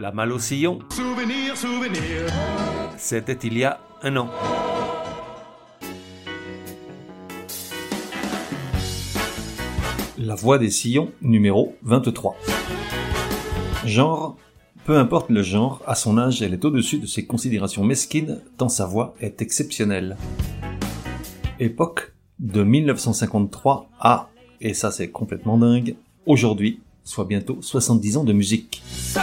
La malle au sillon. Souvenir, souvenir. C'était il y a un an. La voix des sillons, numéro 23. Genre, peu importe le genre, à son âge, elle est au-dessus de ses considérations mesquines, tant sa voix est exceptionnelle. Époque, de 1953 à, et ça c'est complètement dingue, aujourd'hui, soit bientôt 70 ans de musique.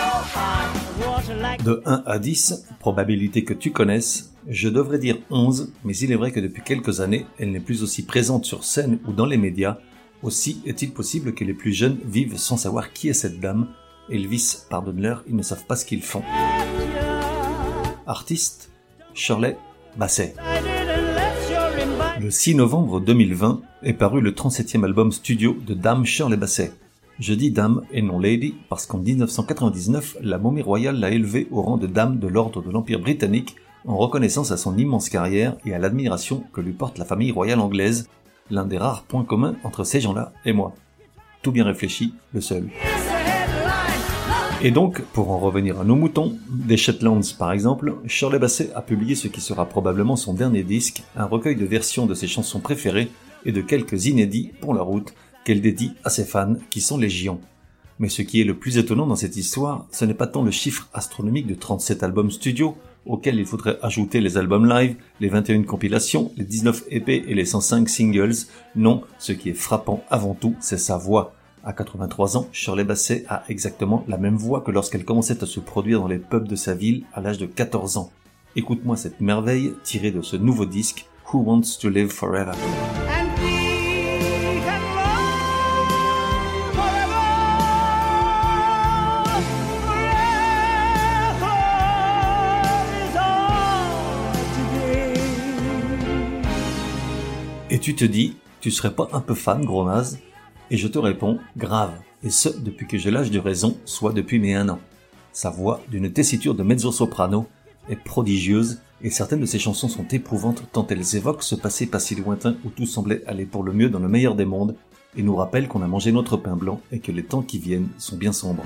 De 1 à 10, probabilité que tu connaisses, je devrais dire 11, mais il est vrai que depuis quelques années, elle n'est plus aussi présente sur scène ou dans les médias. Aussi est-il possible que les plus jeunes vivent sans savoir qui est cette dame. Elvis, pardonne-leur, ils ne savent pas ce qu'ils font. Artiste, Shirley Bassey. Le 6 novembre 2020 est paru le 37e album studio de Dame Shirley Bassey. Je dis dame et non lady parce qu'en 1999, la momie royale l'a élevée au rang de dame de l'ordre de l'Empire britannique en reconnaissance à son immense carrière et à l'admiration que lui porte la famille royale anglaise, l'un des rares points communs entre ces gens-là et moi. Tout bien réfléchi, le seul. Et donc, pour en revenir à nos moutons, des Shetlands par exemple, Shirley Bassey a publié ce qui sera probablement son dernier disque, un recueil de versions de ses chansons préférées et de quelques inédits pour la route qu'elle dédie à ses fans qui sont légion. Mais ce qui est le plus étonnant dans cette histoire, ce n'est pas tant le chiffre astronomique de 37 albums studio, auxquels il faudrait ajouter les albums live, les 21 compilations, les 19 EP et les 105 singles. Non, ce qui est frappant avant tout, c'est sa voix. À 83 ans, Shirley Bassey a exactement la même voix que lorsqu'elle commençait à se produire dans les pubs de sa ville à l'âge de 14 ans. Écoute-moi cette merveille tirée de ce nouveau disque, Who Wants to Live Forever? Et tu te dis, tu serais pas un peu fan, gros naze? Et je te réponds, grave, et ce, depuis que j'ai l'âge de raison, soit depuis mes 1 an. Sa voix, d'une tessiture de mezzo-soprano, est prodigieuse, et certaines de ses chansons sont éprouvantes tant elles évoquent ce passé pas si lointain où tout semblait aller pour le mieux dans le meilleur des mondes, et nous rappellent qu'on a mangé notre pain blanc et que les temps qui viennent sont bien sombres.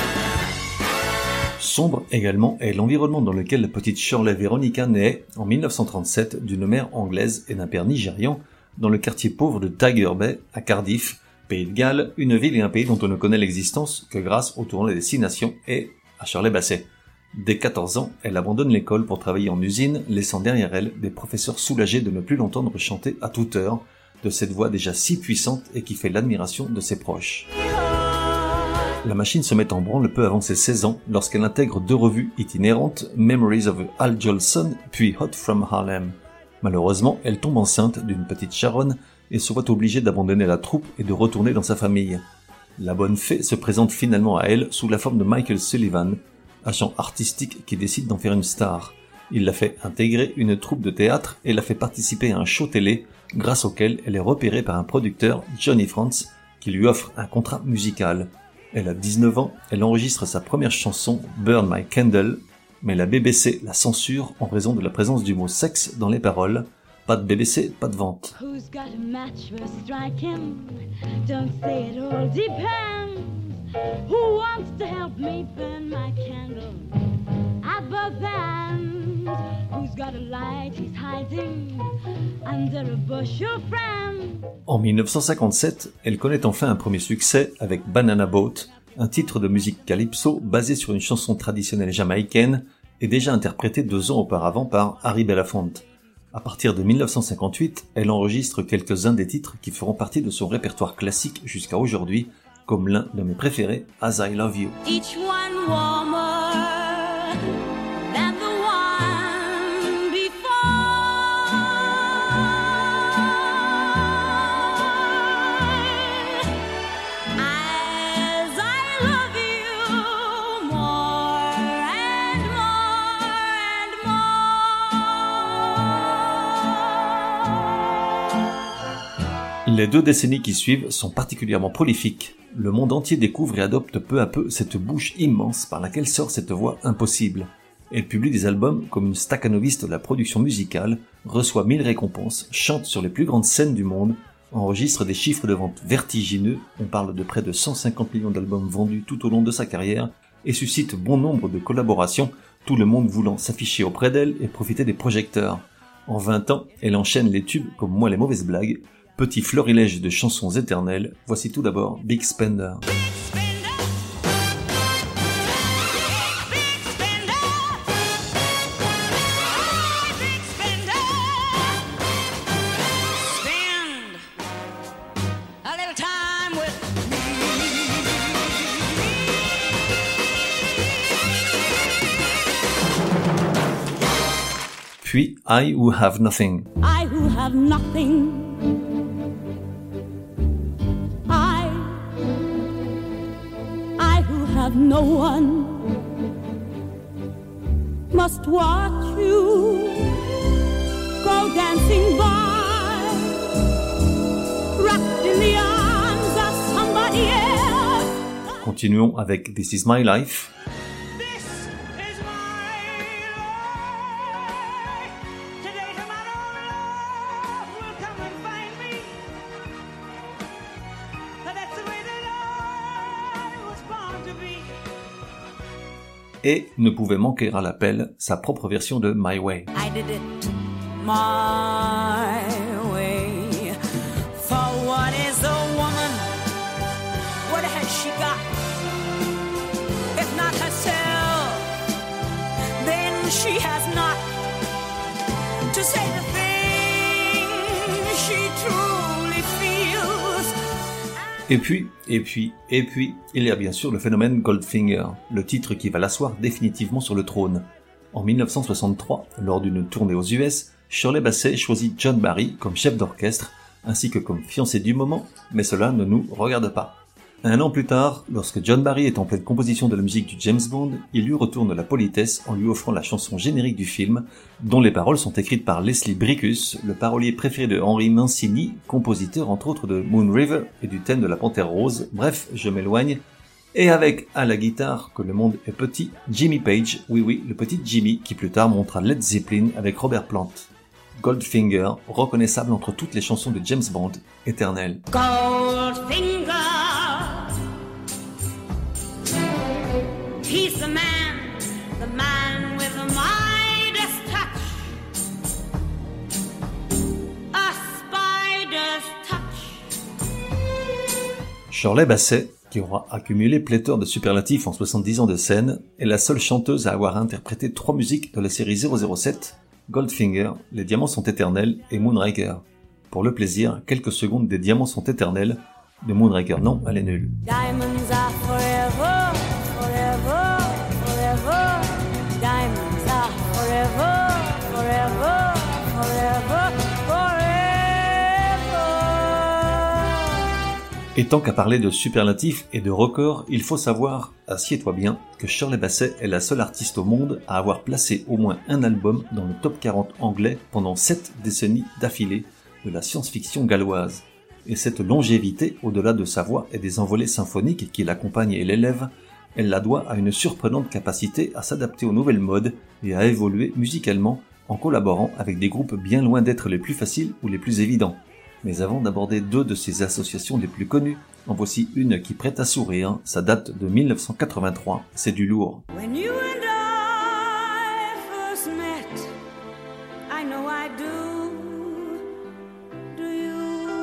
Sombre également est l'environnement dans lequel la petite Shirley Veronica naît, en 1937, d'une mère anglaise et d'un père nigérian, dans le quartier pauvre de Tiger Bay, à Cardiff, Pays de Galles, une ville et un pays dont on ne connaît l'existence que grâce au tournoi des 6 nations et à Shirley Bassey. Dès 14 ans, elle abandonne l'école pour travailler en usine, laissant derrière elle des professeurs soulagés de ne plus l'entendre chanter à toute heure, de cette voix déjà si puissante et qui fait l'admiration de ses proches. La machine se met en branle peu avant ses 16 ans, lorsqu'elle intègre 2 revues itinérantes, Memories of Al Jolson, puis Hot from Harlem. Malheureusement, elle tombe enceinte d'une petite Sharon et se voit obligée d'abandonner la troupe et de retourner dans sa famille. La bonne fée se présente finalement à elle sous la forme de Michael Sullivan, agent artistique qui décide d'en faire une star. Il la fait intégrer une troupe de théâtre et la fait participer à un show télé, grâce auquel elle est repérée par un producteur, Johnny Frantz, qui lui offre un contrat musical. Elle a 19 ans, elle enregistre sa première chanson, Burn My Candle, mais la BBC la censure en raison de la présence du mot sexe dans les paroles. Pas de BBC, pas de vente. Who's got a match for striking? Don't say it all depends. Who wants to help me burn my candle at both ends? Who's got a light he's hiding under a bush, your friend? En 1957, elle connaît enfin un premier succès avec Banana Boat, un titre de musique calypso basé sur une chanson traditionnelle jamaïcaine et déjà interprétée 2 ans auparavant par Harry Belafonte. À partir de 1958, elle enregistre quelques-uns des titres qui feront partie de son répertoire classique jusqu'à aujourd'hui, comme l'un de mes préférés, As I Love You. Each one warmer than the one before. As I love you more and more and more. Les 2 décennies qui suivent sont particulièrement prolifiques. Le monde entier découvre et adopte peu à peu cette bouche immense par laquelle sort cette voix impossible. Elle publie des albums comme une staccanoviste de la production musicale, reçoit 1000 récompenses, chante sur les plus grandes scènes du monde, enregistre des chiffres de vente vertigineux, on parle de près de 150 millions d'albums vendus tout au long de sa carrière, et suscite bon nombre de collaborations, tout le monde voulant s'afficher auprès d'elle et profiter des projecteurs. En 20 ans, elle enchaîne les tubes comme Moi les mauvaises blagues, petit florilège de chansons éternelles, voici tout d'abord Big Spender. Puis I Who Have Nothing. I who have nothing. I who have no one must watch you go dancing by, wrapped in the arms of somebody else. Continuons avec This Is My Life. Et ne pouvait manquer à l'appel sa propre version de My Way. I did it my way. For what is a woman? What has she got? If not herself, then she has not to say the things she truly feels. Et puis, il y a bien sûr le phénomène Goldfinger, le titre qui va l'asseoir définitivement sur le trône. En 1963, lors d'une tournée aux US, Shirley Bassey choisit John Barry comme chef d'orchestre, ainsi que comme fiancé du moment, mais cela ne nous regarde pas. Un an plus tard, lorsque John Barry est en pleine composition de la musique du James Bond, il lui retourne la politesse en lui offrant la chanson générique du film, dont les paroles sont écrites par Leslie Bricusse, le parolier préféré de Henry Mancini, compositeur entre autres de Moon River et du thème de la Panthère Rose, bref, je m'éloigne, et avec à la guitare, que le monde est petit, Jimmy Page, oui, le petit Jimmy, qui plus tard montera Led Zeppelin avec Robert Plant. Goldfinger, reconnaissable entre toutes les chansons de James Bond, éternel. Goldfinger, he's the man with the Midas touch, a spider's touch. Shirley Bassey, qui aura accumulé pléthore de superlatifs en 70 ans de scène, est la seule chanteuse à avoir interprété 3 musiques de la série 007, Goldfinger, Les Diamants sont éternels et Moonraker. Pour le plaisir, quelques secondes des Diamants sont éternels, de Moonraker non, elle est nulle. Diamonds are forever, forever, forever. Diamonds are forever, forever, forever, forever. Et tant qu'à parler de superlatifs et de records, il faut savoir, assieds-toi bien, que Shirley Bassey est la seule artiste au monde à avoir placé au moins un album dans le top 40 anglais pendant 7 décennies d'affilée de la science-fiction galloise. Et cette longévité, au-delà de sa voix et des envolées symphoniques qui l'accompagnent et l'élèvent, elle la doit à une surprenante capacité à s'adapter aux nouvelles modes et à évoluer musicalement en collaborant avec des groupes bien loin d'être les plus faciles ou les plus évidents. Mais avant d'aborder 2 de ses associations les plus connues, en voici une qui prête à sourire, ça date de 1983, c'est du lourd. When you and I first met, I know I do. Do you?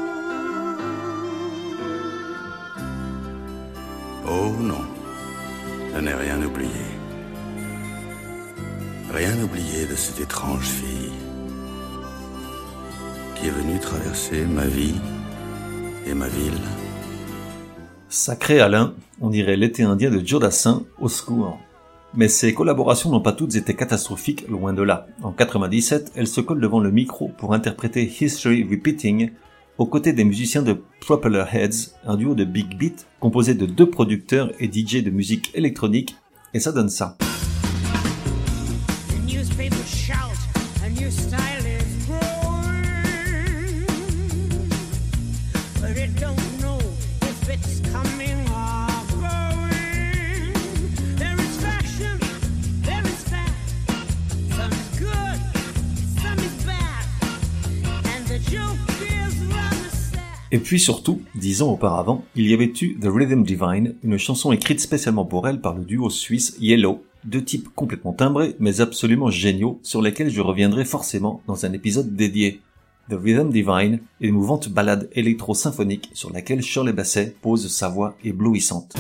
Oh non, je n'ai rien oublié. Rien oublié de cette étrange fille qui est venue traverser ma vie et ma ville. Sacré Alain, on dirait l'été indien de Joe Dassin, au secours. Mais ces collaborations n'ont pas toutes été catastrophiques, loin de là. En 97, elle se colle devant le micro pour interpréter History Repeating, aux côtés des musiciens de Propeller Heads, un duo de big beat composé de 2 producteurs et DJ de musique électronique, et ça donne ça. Et puis surtout, 10 ans auparavant, il y avait eu The Rhythm Divine, une chanson écrite spécialement pour elle par le duo suisse Yellow, deux types complètement timbrés mais absolument géniaux sur lesquels je reviendrai forcément dans un épisode dédié. The Rhythm Divine, émouvante ballade électro-symphonique sur laquelle Shirley Bassey pose sa voix éblouissante.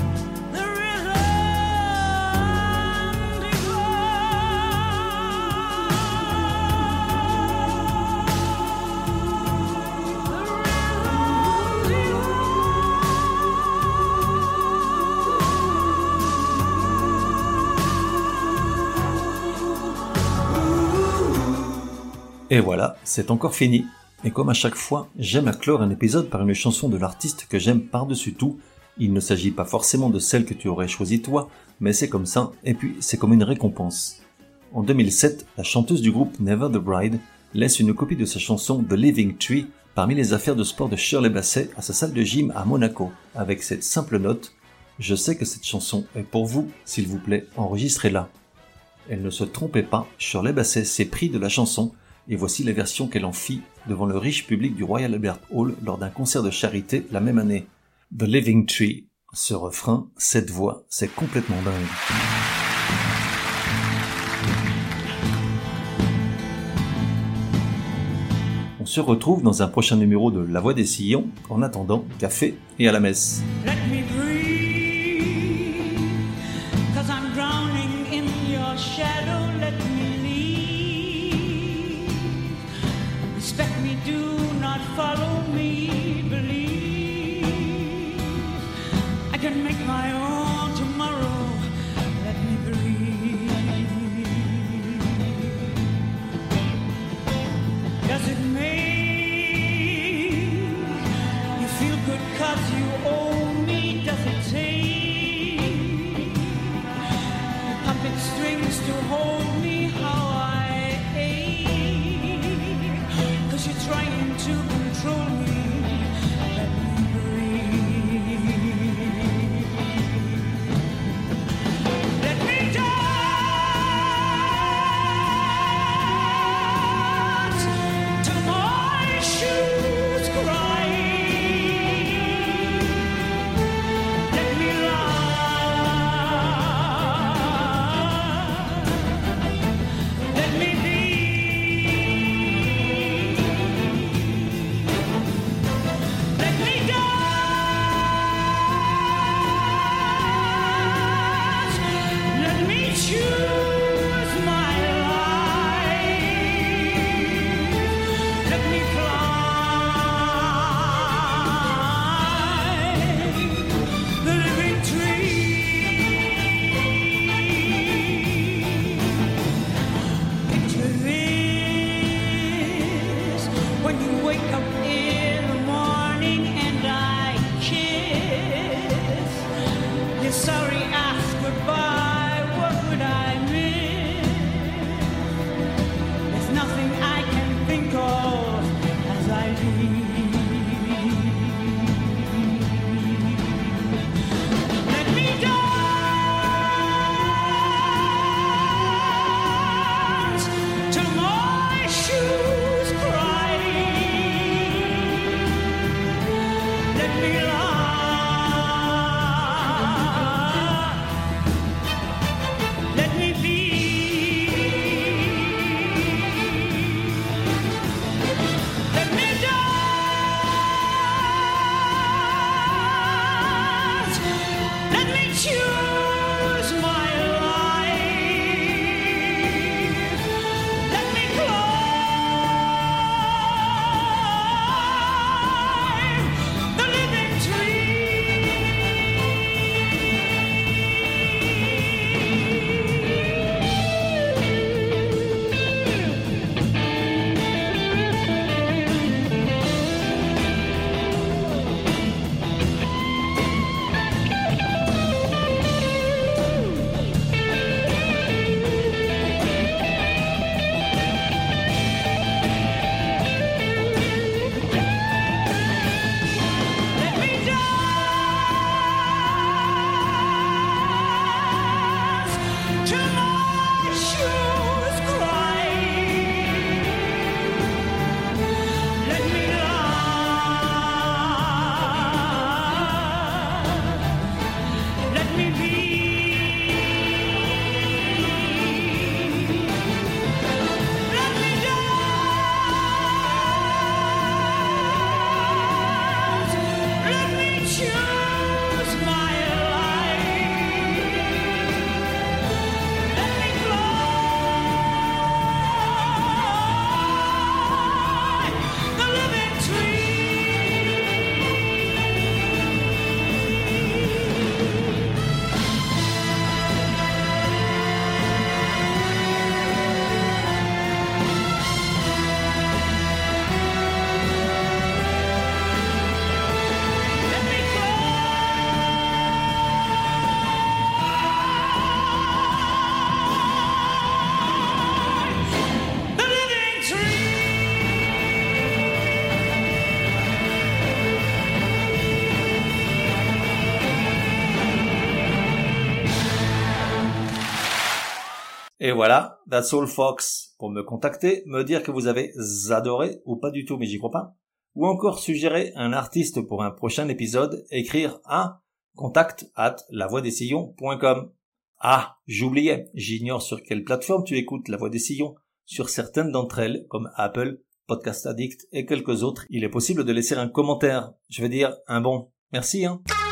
Et voilà, c'est encore fini. Et comme à chaque fois, j'aime à clore un épisode par une chanson de l'artiste que j'aime par-dessus tout. Il ne s'agit pas forcément de celle que tu aurais choisie toi, mais c'est comme ça, et puis c'est comme une récompense. En 2007, la chanteuse du groupe Never the Bride laisse une copie de sa chanson The Living Tree parmi les affaires de sport de Shirley Bassey à sa salle de gym à Monaco, avec cette simple note « Je sais que cette chanson est pour vous, s'il vous plaît, enregistrez-la ». Elle ne se trompait pas, Shirley Bassey s'est pris de la chanson, et voici la version qu'elle en fit devant le riche public du Royal Albert Hall lors d'un concert de charité la même année. The Living Tree. Ce refrain, cette voix, c'est complètement dingue. On se retrouve dans un prochain numéro de La Voix des Sillons. En attendant, café et à la messe. Let me breathe, 'cause I'm drowning in your shadow. Let me leave. Respect me, do not follow me. Believe I can make my own tomorrow. Let me breathe. Does it make you feel good 'cause you owe me? Does it take the puppet strings to hold me? How I ache, 'cause you're trying to control me. Let me breathe. Let me dance till my shoes cry. Let me laugh. Let me be. Let me dance. Let me choose my life. Let me climb the living tree. Picture this when you wake up in the morning and I kiss. You're sorry, ask goodbye. What would I miss? There's nothing I can think of as I leave. Let me dance till my shoes cry. Let me laugh. Let me be. Let me dance. Let me choose my life. Let me climb the living tree. Let me dance till my shoes cry. Let me laugh. Et voilà, that's all folks. Pour me contacter, me dire que vous avez adoré ou pas du tout, mais j'y crois pas, ou encore suggérer un artiste pour un prochain épisode, écrire à contact@lavoixdessillons.com. Ah, j'oubliais, j'ignore sur quelle plateforme tu écoutes La Voix des Sillons. Sur certaines d'entre elles, comme Apple, Podcast Addict et quelques autres, il est possible de laisser un commentaire. Je veux dire, un bon. Merci, hein.